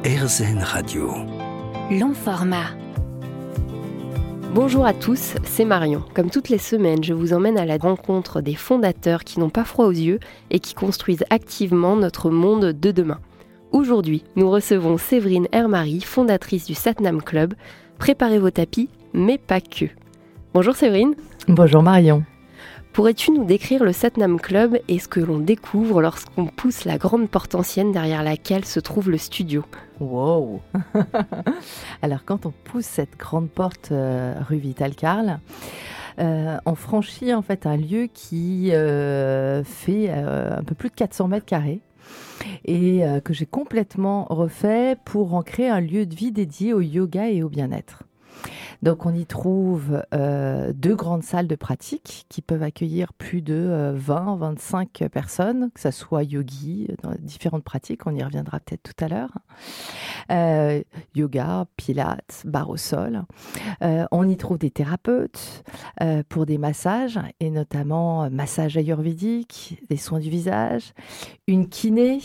RZN Radio. Long format. Bonjour à tous, c'est Marion. Comme toutes les semaines, je vous emmène à la rencontre des fondateurs qui n'ont pas froid aux yeux et qui construisent activement notre monde de demain. Aujourd'hui, nous recevons Séverine Hermary, fondatrice du Satnam Club. Préparez vos tapis, mais pas que. Bonjour Séverine. Bonjour Marion. Pourrais-tu nous décrire le Satnam Club et ce que l'on découvre lorsqu'on pousse la grande porte ancienne derrière laquelle se trouve le studio ? Wow. Alors quand on pousse cette grande porte rue Vital-Carle, on franchit en fait un lieu qui fait un peu plus de 400 mètres carrés et que j'ai complètement refait pour en créer un lieu de vie dédié au yoga et au bien-être. Donc on y trouve 2 grandes salles de pratique qui peuvent accueillir plus de 20-25 personnes, que ce soit yogi, dans différentes pratiques, on y reviendra peut-être tout à l'heure. Yoga, pilates, barre au sol. On y trouve des thérapeutes pour des massages, et notamment massage ayurvédique, des soins du visage, une kiné,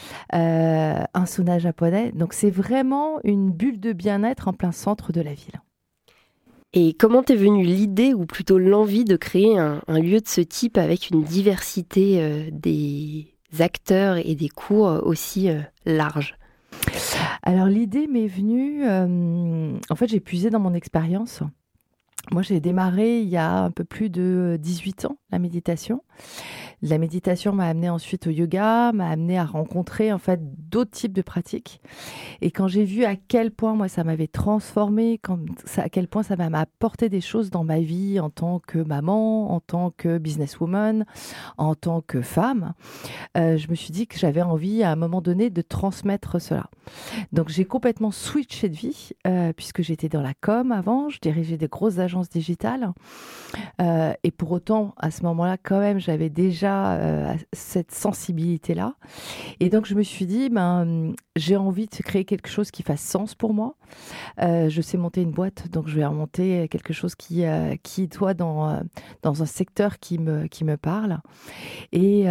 un sauna japonais. Donc c'est vraiment une bulle de bien-être en plein centre de la ville. Et comment t'es venue l'idée, ou plutôt l'envie de créer un lieu de ce type avec une diversité des acteurs et des cours aussi larges ? Alors l'idée m'est venue, en fait j'ai puisé dans mon expérience. Moi j'ai démarré il y a un peu plus de 18 ans la méditation. La méditation m'a amené ensuite au yoga, m'a amené à rencontrer en fait d'autres types de pratiques. Et quand j'ai vu à quel point moi ça m'avait transformée, à quel point ça m'a apporté des choses dans ma vie en tant que maman, en tant que businesswoman, en tant que femme, je me suis dit que j'avais envie à un moment donné de transmettre cela. Donc j'ai complètement switché de vie puisque j'étais dans la com avant, je dirigeais des grosses agences digitales et pour autant à ce moment-là quand même j'avais déjà cette sensibilité-là. Et donc, je me suis dit, j'ai envie de créer quelque chose qui fasse sens pour moi. Je sais monter une boîte, donc je vais remonter quelque chose qui soit dans un secteur qui me parle. Et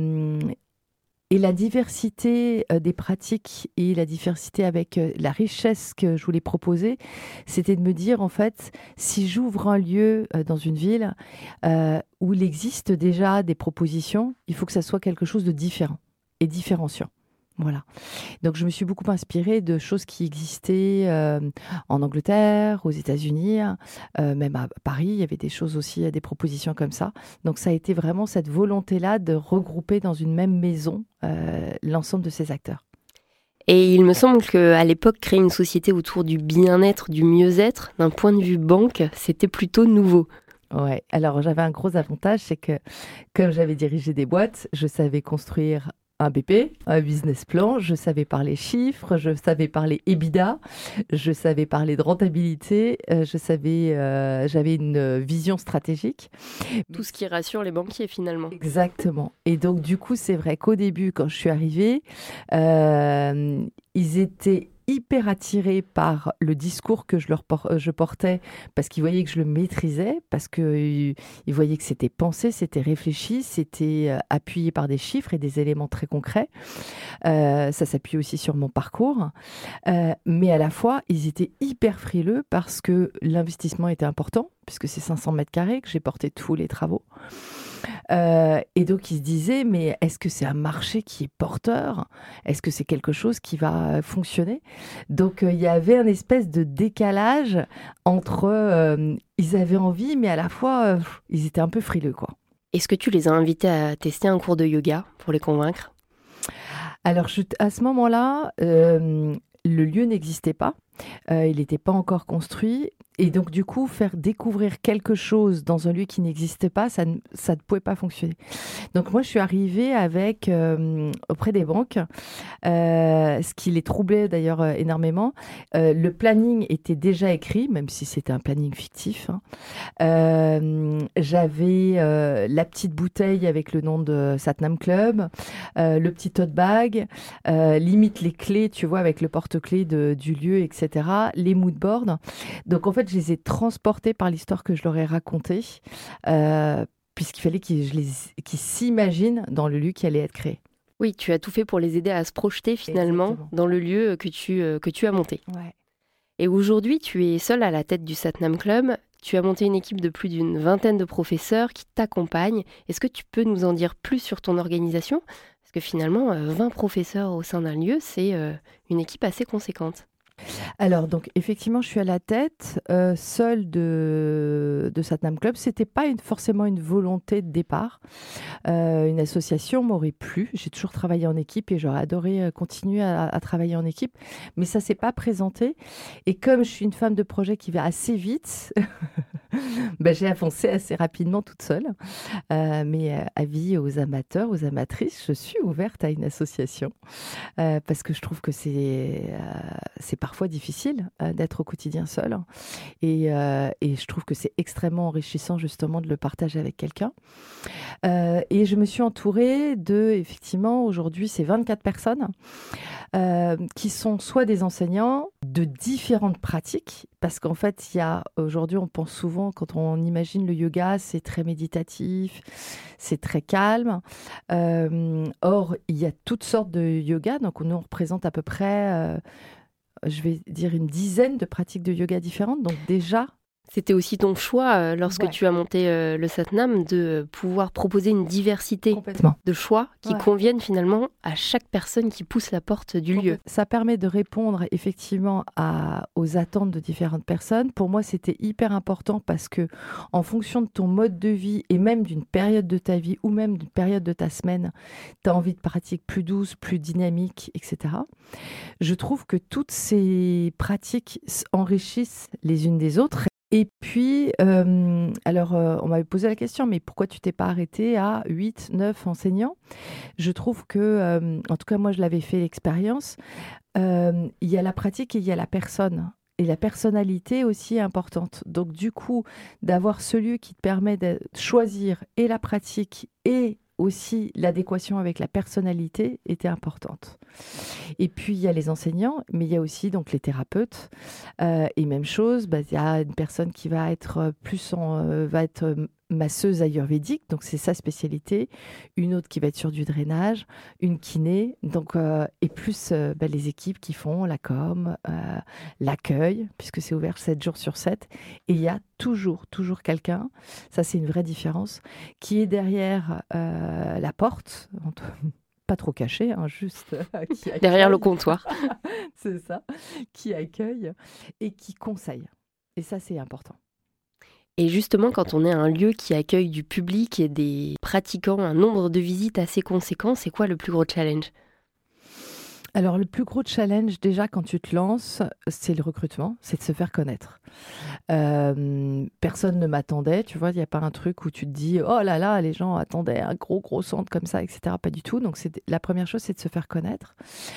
la diversité des pratiques et la diversité avec la richesse que je voulais proposer, c'était de me dire, en fait, si j'ouvre un lieu dans une ville où il existe déjà des propositions, il faut que ça soit quelque chose de différent et différenciant. Voilà. Donc, je me suis beaucoup inspirée de choses qui existaient en Angleterre, aux États-Unis, même à Paris. Il y avait des choses aussi, des propositions comme ça. Donc, ça a été vraiment cette volonté-là de regrouper dans une même maison l'ensemble de ces acteurs. Et il me semble qu'à l'époque, créer une société autour du bien-être, du mieux-être, d'un point de vue banque, c'était plutôt nouveau. Ouais. Alors, j'avais un gros avantage, c'est que comme j'avais dirigé des boîtes, je savais construire un BP, un business plan, je savais parler chiffres, je savais parler EBITDA, je savais parler de rentabilité, j'avais une vision stratégique. Tout ce qui rassure les banquiers finalement. Exactement. Et donc du coup, c'est vrai qu'au début, quand je suis arrivée, ils étaient hyper attirés par le discours que je portais parce qu'ils voyaient que je le maîtrisais, parce qu'ils voyaient que c'était pensé, c'était réfléchi, c'était appuyé par des chiffres et des éléments très concrets. Ça s'appuie aussi sur mon parcours. Mais à la fois, ils étaient hyper frileux parce que l'investissement était important, puisque c'est 500 mètres carrés que j'ai porté tous les travaux. Et donc, ils se disaient, mais est-ce que c'est un marché qui est porteur ? Est-ce que c'est quelque chose qui va fonctionner ? Donc, il y avait un espèce de décalage entre ils avaient envie, mais à la fois, ils étaient un peu frileux, quoi. Est-ce que tu les as invités à tester un cours de yoga pour les convaincre ? Alors, à ce moment-là, le lieu n'existait pas. Il n'était pas encore construit. Et donc, du coup, faire découvrir quelque chose dans un lieu qui n'existait pas, ça ne pouvait pas fonctionner. Donc, moi, je suis arrivée auprès des banques, ce qui les troublait d'ailleurs énormément. Le planning était déjà écrit, même si c'était un planning fictif. J'avais la petite bouteille avec le nom de Satnam Club, le petit tote bag, limite les clés, tu vois, avec le porte-clés du lieu, etc., les mood boards. Donc, en fait, je les ai transportés par l'histoire que je leur ai racontée, puisqu'il fallait qu'ils s'imaginent dans le lieu qui allait être créé. Oui, tu as tout fait pour les aider à se projeter finalement Exactement. dans le lieu que tu as monté. Ouais. Et aujourd'hui, tu es seule à la tête du Satnam Club. Tu as monté une équipe de plus d'une vingtaine de professeurs qui t'accompagnent. Est-ce que tu peux nous en dire plus sur ton organisation? Parce que finalement, 20 professeurs au sein d'un lieu, c'est une équipe assez conséquente. Alors, donc, effectivement, je suis à la tête seule de Satnam Club. C'était pas forcément une volonté de départ. Une association m'aurait plu. J'ai toujours travaillé en équipe et j'aurais adoré continuer à travailler en équipe. Mais ça s'est pas présenté. Et comme je suis une femme de projet qui va assez vite, ben, j'ai avancé assez rapidement toute seule. Mais avis aux amateurs, aux amatrices, je suis ouverte à une association parce que je trouve que c'est parfois difficile d'être au quotidien seul. Et je trouve que c'est extrêmement enrichissant justement de le partager avec quelqu'un. Et je me suis entourée effectivement, aujourd'hui, c'est 24 personnes qui sont soit des enseignants de différentes pratiques, parce qu'en fait, aujourd'hui, on pense souvent, quand on imagine le yoga, c'est très méditatif, c'est très calme. Or, il y a toutes sortes de yoga, donc nous, on représente à peu près, je vais dire, une dizaine de pratiques de yoga différentes. Donc déjà, C'était aussi ton choix, lorsque Ouais. tu as monté le Satnam, de pouvoir proposer une diversité complètement. de choix qui Ouais. conviennent finalement à chaque personne qui pousse la porte du lieu. Ça permet de répondre effectivement aux attentes de différentes personnes. Pour moi, c'était hyper important parce que en fonction de ton mode de vie et même d'une période de ta vie ou même d'une période de ta semaine, tu as envie de pratiques plus douces, plus dynamiques, etc. Je trouve que toutes ces pratiques enrichissent les unes des autres. Et puis, on m'avait posé la question, mais pourquoi tu t'es pas arrêtée à 8, 9 enseignants? Je trouve que, en tout cas, moi, je l'avais fait l'expérience, il y a la pratique et il y a la personne. Et la personnalité aussi est importante. Donc, du coup, d'avoir ce lieu qui te permet de choisir et la pratique et aussi l'adéquation avec la personnalité était importante. Et puis, il y a les enseignants, mais il y a aussi donc les thérapeutes. Et même chose, il y a une personne qui va être va être masseuse ayurvédique, donc c'est sa spécialité. Une autre qui va être sur du drainage, une kiné, donc, et plus les équipes qui font la com, l'accueil, puisque c'est ouvert 7 jours sur 7. Et il y a toujours quelqu'un, ça c'est une vraie différence, qui est derrière la porte, pas trop caché, hein, juste qui accueille. Derrière le comptoir. C'est ça, qui accueille et qui conseille. Et ça, c'est important. Et justement, quand on est un lieu qui accueille du public et des pratiquants, un nombre de visites assez conséquent, c'est quoi le plus gros challenge? Alors, le plus gros challenge, déjà, quand tu te lances, c'est le recrutement, c'est de se faire connaître. Personne ne m'attendait, tu vois, il n'y a pas un truc où tu te dis « Oh là là, les gens attendaient un gros centre comme ça, etc. » Pas du tout. Donc, la première chose, c'est de se faire connaître.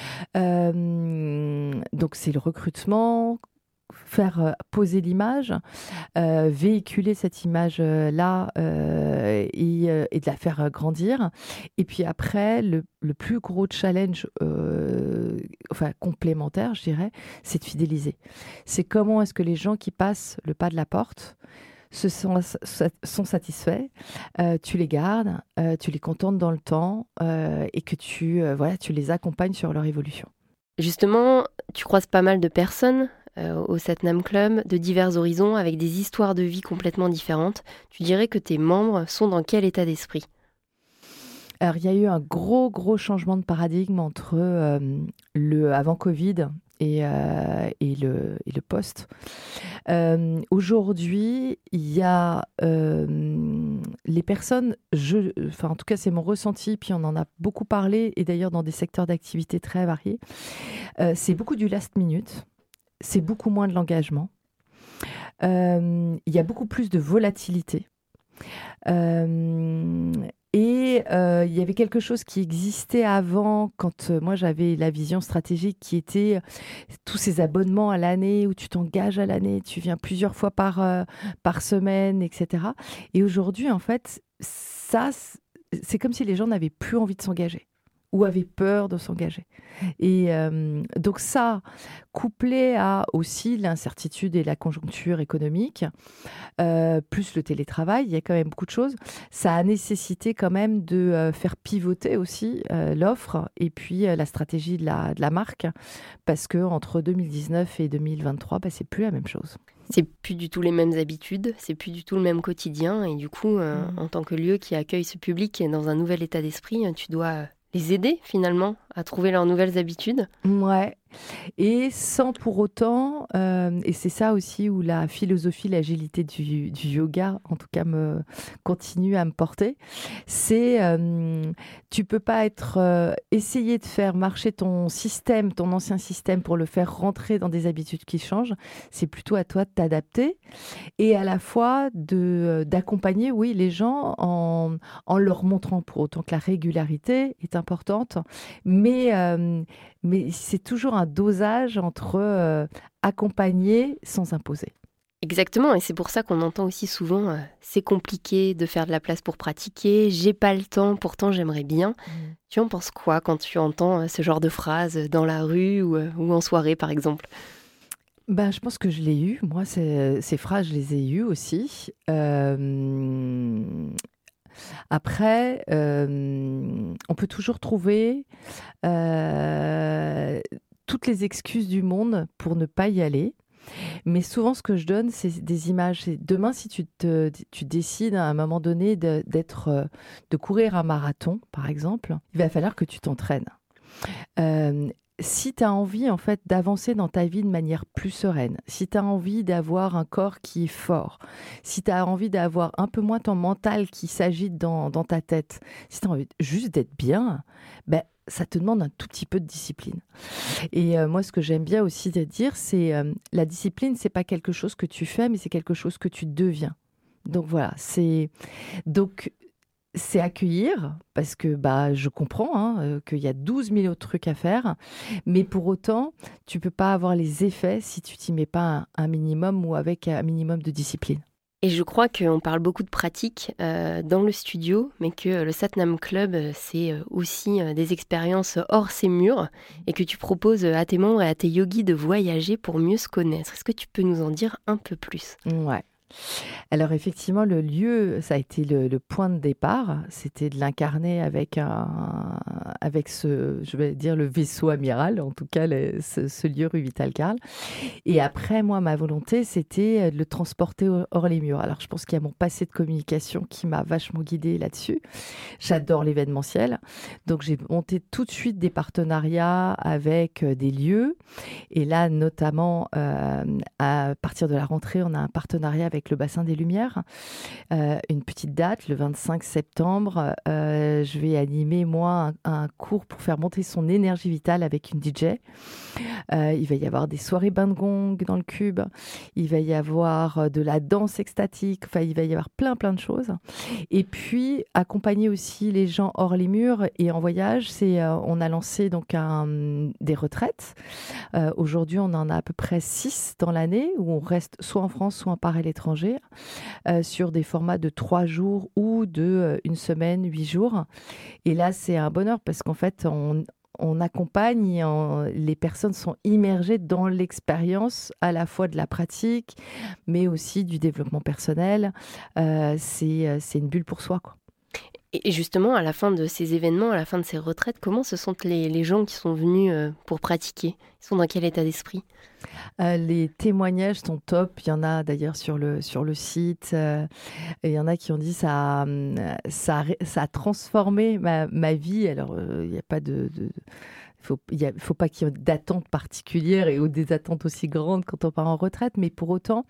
Donc, c'est le recrutement, faire poser l'image, véhiculer cette image-là et de la faire grandir. Et puis après, le plus gros challenge, complémentaire, je dirais, c'est de fidéliser. C'est comment est-ce que les gens qui passent le pas de la porte sont satisfaits, tu les gardes, tu les contentes dans le temps et que tu les accompagnes sur leur évolution. Justement, tu croises pas mal de personnes au Satnam Club, de divers horizons, avec des histoires de vie complètement différentes. Tu dirais que tes membres sont dans quel état d'esprit? Alors, il y a eu un gros changement de paradigme entre le avant Covid et le post. Aujourd'hui, il y a les personnes, en tout cas c'est mon ressenti, puis on en a beaucoup parlé, et d'ailleurs dans des secteurs d'activité très variés, c'est beaucoup du last minute, c'est beaucoup moins de l'engagement, il y a beaucoup plus de volatilité. Et il y avait quelque chose qui existait avant, quand moi j'avais la vision stratégique, qui était tous ces abonnements à l'année, où tu t'engages à l'année, tu viens plusieurs fois par semaine, etc. Et aujourd'hui, en fait, ça, c'est comme si les gens n'avaient plus envie de s'engager. ou avaient peur de s'engager. Et donc ça, couplé à aussi l'incertitude et la conjoncture économique, plus le télétravail, il y a quand même beaucoup de choses. Ça a nécessité quand même de faire pivoter aussi l'offre et puis la stratégie de la marque, parce que entre 2019 et 2023, c'est plus la même chose. C'est plus du tout les mêmes habitudes, c'est plus du tout le même quotidien. Et du coup, en tant que lieu qui accueille ce public dans un nouvel état d'esprit, tu dois les aider finalement à trouver leurs nouvelles habitudes. Ouais. Et sans pour autant, et c'est ça aussi où la philosophie, l'agilité du yoga, en tout cas, continue à me porter, c'est tu peux pas essayer de faire marcher ton système, ton ancien système, pour le faire rentrer dans des habitudes qui changent. C'est plutôt à toi de t'adapter et à la fois d'accompagner, oui, les gens en leur montrant pour autant que la régularité est importante, mais c'est toujours un dosage entre accompagner sans imposer. Exactement, et c'est pour ça qu'on entend aussi souvent c'est compliqué de faire de la place pour pratiquer, j'ai pas le temps, pourtant j'aimerais bien. Tu en penses quoi quand tu entends ce genre de phrases dans la rue ou en soirée par exemple? Je pense que je l'ai eu. Moi, ces phrases, je les ai eues aussi. Après, on peut toujours trouver toutes les excuses du monde pour ne pas y aller. Mais souvent, ce que je donne, c'est des images. Demain, si tu décides à un moment donné de courir un marathon, par exemple, il va falloir que tu t'entraînes. Si tu as envie en fait d'avancer dans ta vie de manière plus sereine, si tu as envie d'avoir un corps qui est fort, si tu as envie d'avoir un peu moins ton mental qui s'agite dans ta tête, si tu as envie juste d'être bien, ça te demande un tout petit peu de discipline. Et moi, ce que j'aime bien aussi te dire, c'est la discipline, c'est pas quelque chose que tu fais, mais c'est quelque chose que tu deviens. Donc voilà, c'est accueillir, parce que je comprends qu'il y a 12 000 autres trucs à faire, mais pour autant, tu peux pas avoir les effets si tu t'y mets pas un minimum ou avec un minimum de discipline. Et je crois qu'on parle beaucoup de pratique dans le studio, mais que le Satnam Club, c'est aussi des expériences hors ces murs et que tu proposes à tes membres et à tes yogis de voyager pour mieux se connaître. Est-ce que tu peux nous en dire un peu plus ? Ouais. Alors effectivement, le lieu, ça a été le point de départ. C'était de l'incarner avec je vais dire, le vaisseau amiral, en tout cas ce lieu rue Vital-Carle. Et après, moi, ma volonté, c'était de le transporter hors les murs. Alors je pense qu'il y a mon passé de communication qui m'a vachement guidée là-dessus. J'adore l'événementiel. Donc j'ai monté tout de suite des partenariats avec des lieux. Et là, notamment, à partir de la rentrée, on a un partenariat avec le Bassin des Lumières. Une petite date, le 25 septembre, je vais animer, moi, un cours pour faire monter son énergie vitale avec une DJ. Il va y avoir des soirées bain de gong dans le cube. Il va y avoir de la danse extatique. Enfin, il va y avoir plein de choses. Et puis, accompagner aussi les gens hors les murs et en voyage. On a lancé donc des retraites. Aujourd'hui, on en a à peu près 6 dans l'année où on reste soit en France, soit en part à l'étranger, sur des formats de 3 jours ou de 1 semaine, 8 jours. Et là, c'est un bonheur parce qu'en fait, on accompagne, les personnes sont immergées dans l'expérience à la fois de la pratique, mais aussi du développement personnel. C'est une bulle pour soi, quoi. Et justement, à la fin de ces événements, à la fin de ces retraites, comment se sentent les gens qui sont venus pour pratiquer ? Ils sont dans quel état d'esprit ? Les témoignages sont top. Il y en a d'ailleurs sur le site. Et il y en a qui ont dit ça a transformé ma vie. Alors, il n'y a pas faut pas qu'il y ait d'attentes particulières et ou des attentes aussi grandes quand on part en retraite. Mais pour autant,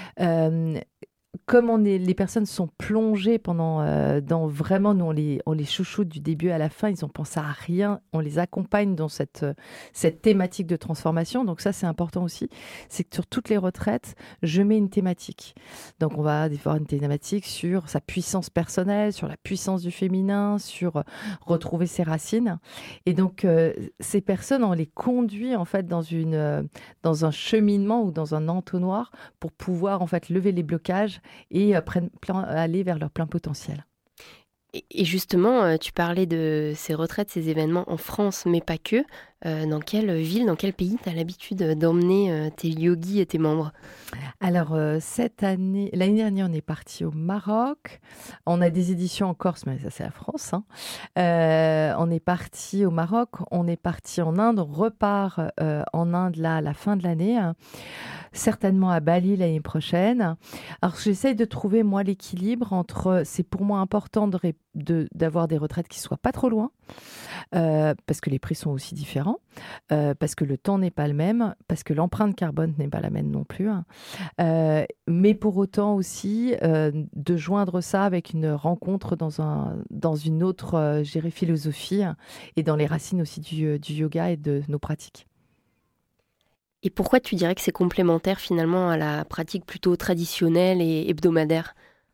comme les personnes sont plongées dans vraiment, nous on les chouchoute du début à la fin, ils ont pensé à rien, on les accompagne dans cette thématique de transformation. Donc ça, c'est important aussi, c'est que sur toutes les retraites, je mets une thématique. Donc on va avoir une thématique sur sa puissance personnelle, sur la puissance du féminin, sur retrouver ses racines. Et donc ces personnes, on les conduit en fait dans un cheminement ou dans un entonnoir pour pouvoir en fait lever les blocages et aller vers leur plein potentiel. Et justement, tu parlais de ces retraites, ces événements en France, mais pas que. Dans quelle ville, dans quel pays tu as l'habitude d'emmener tes yogis et tes membres? Alors, l'année dernière, on est parti au Maroc. On a des éditions en Corse, mais ça, c'est la France, hein. On est parti au Maroc, on est parti en Inde, on repart en Inde là, à la fin de l'année, hein. Certainement à Bali l'année prochaine. Alors, j'essaye de trouver, moi, l'équilibre entre... C'est pour moi important d'avoir des retraites qui soient pas trop loin, parce que les prix sont aussi différents, parce que le temps n'est pas le même, parce que l'empreinte carbone n'est pas la même non plus, hein. Mais pour autant aussi, de joindre ça avec une rencontre dans une autre, je dirais, philosophie, hein, et dans les racines aussi du yoga et de nos pratiques. Et pourquoi tu dirais que c'est complémentaire finalement à la pratique plutôt traditionnelle et hebdomadaire?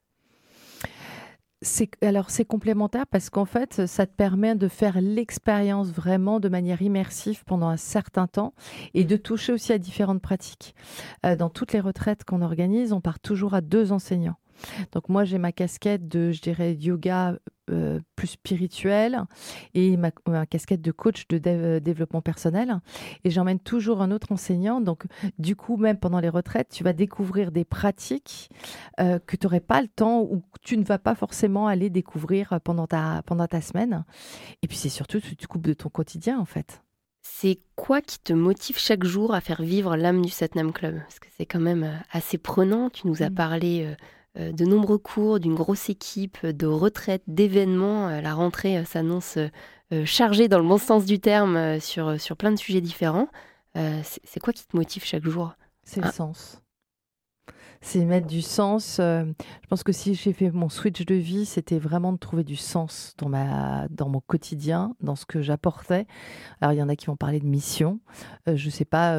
C'est complémentaire parce qu'en fait, ça te permet de faire l'expérience vraiment de manière immersive pendant un certain temps et de toucher aussi à différentes pratiques. Dans toutes les retraites qu'on organise, on part toujours à 2 enseignants. Donc moi, j'ai ma casquette de, je dirais, yoga plus spirituel et ma casquette de coach de développement personnel. Et j'emmène toujours un autre enseignant. Donc du coup, même pendant les retraites, tu vas découvrir des pratiques que tu n'aurais pas le temps ou que tu ne vas pas forcément aller découvrir pendant ta semaine. Et puis c'est surtout, tu te coupes de ton quotidien en fait. C'est quoi qui te motive chaque jour à faire vivre l'âme du Satnam Club? Parce que c'est quand même assez prenant. Tu nous as parlé de nombreux cours, d'une grosse équipe, de retraites, d'événements. La rentrée s'annonce chargée dans le bon sens du terme sur plein de sujets différents. C'est quoi qui te motive chaque jour? C'est le sens. C'est mettre du sens. Je pense que si j'ai fait mon switch de vie, c'était vraiment de trouver du sens dans mon quotidien, dans ce que j'apportais. Alors, il y en a qui vont parler de mission. Je ne sais pas.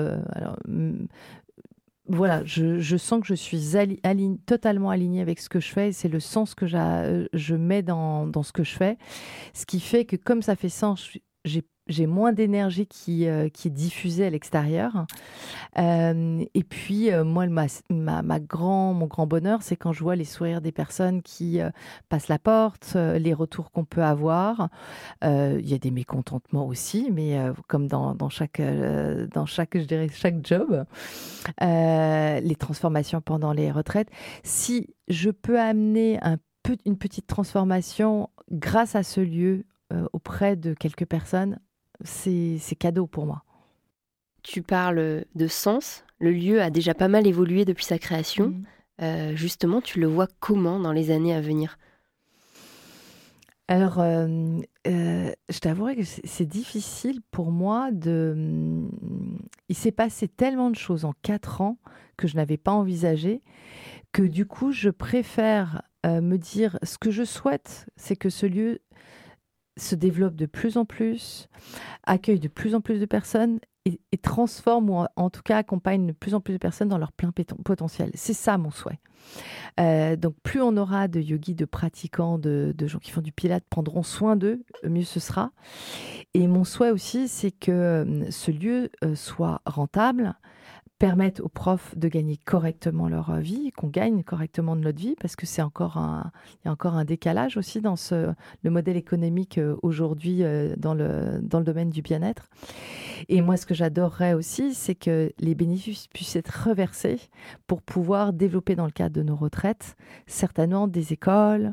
Voilà, je sens que je suis totalement alignée avec ce que je fais et c'est le sens que je mets dans ce que je fais. Ce qui fait que comme ça fait sens, j'ai moins d'énergie qui est diffusée à l'extérieur. Et puis, moi, mon grand bonheur, c'est quand je vois les sourires des personnes qui passent la porte, les retours qu'on peut avoir. Il y a des mécontentements aussi, mais comme dans chaque, je dirais, chaque job. Les transformations pendant les retraites. Si je peux amener une petite transformation grâce à ce lieu auprès de quelques personnes, c'est cadeau pour moi. Tu parles de sens. Le lieu a déjà pas mal évolué depuis sa création. Justement, tu le vois comment dans les années à venir? Alors, je t'avouerai que c'est difficile pour moi il s'est passé tellement de choses en 4 ans que je n'avais pas envisagé, que du coup, je préfère me dire, ce que je souhaite, c'est que ce lieu se développe de plus en plus, accueille de plus en plus de personnes et transforme ou en tout cas accompagne de plus en plus de personnes dans leur plein potentiel. C'est ça mon souhait. Donc plus on aura de yogis, de pratiquants, de gens qui font du pilate, prendront soin d'eux, mieux ce sera. Et mon souhait aussi, c'est que ce lieu soit rentable, permettre aux profs de gagner correctement leur vie, qu'on gagne correctement de notre vie, parce que il y a encore un décalage aussi dans le modèle économique aujourd'hui dans le domaine du bien-être. Et moi, ce que j'adorerais aussi, c'est que les bénéfices puissent être reversés pour pouvoir développer dans le cadre de nos retraites, certainement des écoles,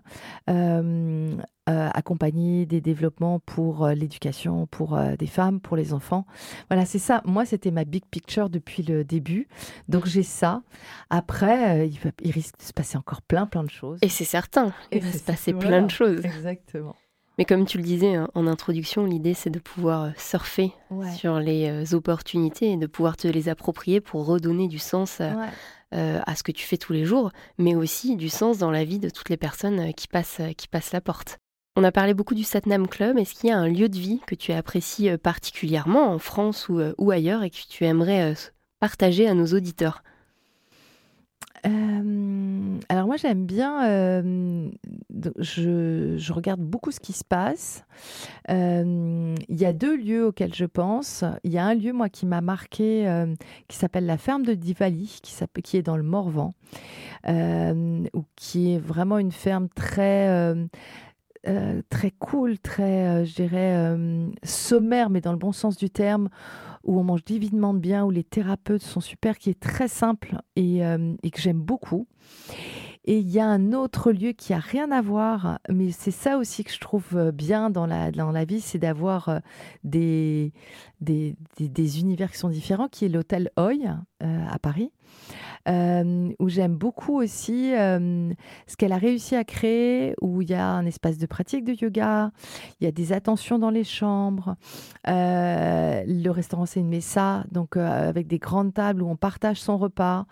accompagner des développements pour l'éducation, pour des femmes, pour les enfants. Voilà, c'est ça. Moi, c'était ma big picture depuis le début. Donc, j'ai ça. Après, il risque de se passer encore plein de choses. Et c'est certain, il va se passer plein de choses. Exactement. Mais comme tu le disais en introduction, l'idée, c'est de pouvoir surfer sur les opportunités et de pouvoir te les approprier pour redonner du sens à ce que tu fais tous les jours, mais aussi du sens dans la vie de toutes les personnes qui passent la porte. On a parlé beaucoup du Satnam Club. Est-ce qu'il y a un lieu de vie que tu apprécies particulièrement en France ou ailleurs et que tu aimerais partager à nos auditeurs? Alors moi j'aime bien, je regarde beaucoup ce qui se passe. Il y a 2 lieux auxquels je pense. Il y a un lieu moi qui m'a marqué, qui s'appelle la ferme de Divali, qui est dans le Morvan, qui est vraiment une ferme très très cool, très, je dirais, sommaire, mais dans le bon sens du terme, où on mange divinement bien, où les thérapeutes sont super, qui est très simple et que j'aime beaucoup. Et il y a un autre lieu qui a rien à voir, mais c'est ça aussi que je trouve bien dans la vie, c'est d'avoir des univers qui sont différents, qui est l'hôtel Hoy à Paris, où j'aime beaucoup aussi ce qu'elle a réussi à créer, où il y a un espace de pratique de yoga, il y a des attentions dans les chambres. Le restaurant, c'est une messa, donc avec des grandes tables où on partage son repas.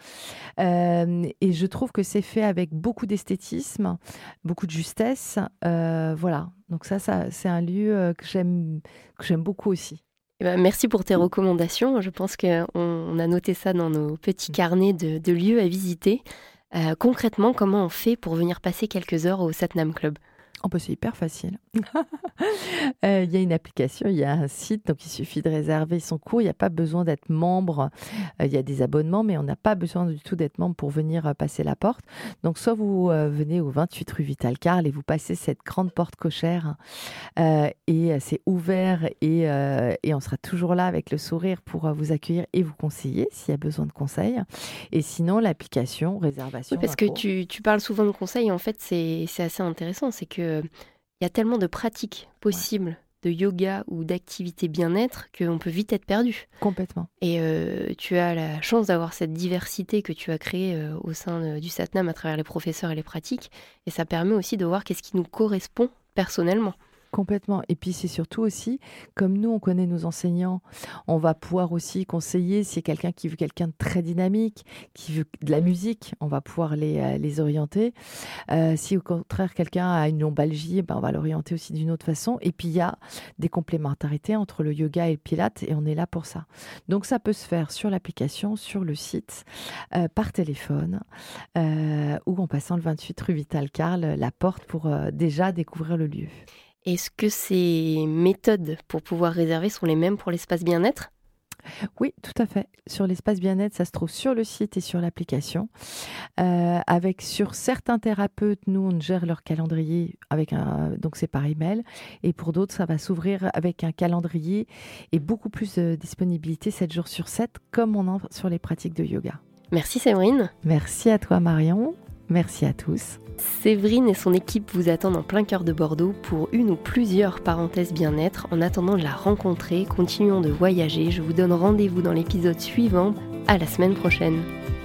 Et je trouve que c'est fait avec beaucoup d'esthétisme, beaucoup de justesse. Voilà, donc ça c'est un lieu que j'aime beaucoup aussi. Eh ben, merci pour tes recommandations. Je pense qu'on a noté ça dans nos petits carnets de lieux à visiter. Concrètement, comment on fait pour venir passer quelques heures au Satnam Club ? Oh bah c'est hyper facile. Il y a une application, il y a un site, donc il suffit de réserver son cours. Il n'y a pas besoin d'être membre. Il y a des abonnements, mais on n'a pas besoin du tout d'être membre pour venir passer la porte. Donc soit vous venez au 28 rue Vital-Carle et vous passez cette grande porte cochère et c'est ouvert et on sera toujours là avec le sourire pour vous accueillir et vous conseiller s'il y a besoin de conseils. Et sinon, l'application, réservation. Oui, parce que tu parles souvent de conseils. En fait, c'est assez intéressant. C'est que il y a tellement de pratiques possibles de yoga ou d'activités bien-être qu'on peut vite être perdu. Complètement. Et tu as la chance d'avoir cette diversité que tu as créée au sein du Satnam à travers les professeurs et les pratiques. Et ça permet aussi de voir qu'est-ce qui nous correspond personnellement. Complètement. Et puis c'est surtout aussi, comme nous, on connaît nos enseignants, on va pouvoir aussi conseiller si quelqu'un qui veut quelqu'un de très dynamique, qui veut de la musique, on va pouvoir les orienter. Si au contraire quelqu'un a une lombalgie, on va l'orienter aussi d'une autre façon. Et puis il y a des complémentarités entre le yoga et le pilate et on est là pour ça. Donc ça peut se faire sur l'application, sur le site, par téléphone ou en passant le 28 rue Vital-Carle, la porte pour déjà découvrir le lieu. Est-ce que ces méthodes pour pouvoir réserver sont les mêmes pour l'espace bien-être ? Oui, tout à fait. Sur l'espace bien-être, ça se trouve sur le site et sur l'application. Avec sur certains thérapeutes, nous, on gère leur calendrier donc c'est par email. Et pour d'autres, ça va s'ouvrir avec un calendrier et beaucoup plus de disponibilité 7 jours sur 7, comme on a sur les pratiques de yoga. Merci Séverine. Merci à toi Marion. Merci à tous. Séverine et son équipe vous attendent en plein cœur de Bordeaux pour une ou plusieurs parenthèses bien-être. En attendant de la rencontrer, continuons de voyager. Je vous donne rendez-vous dans l'épisode suivant. À la semaine prochaine.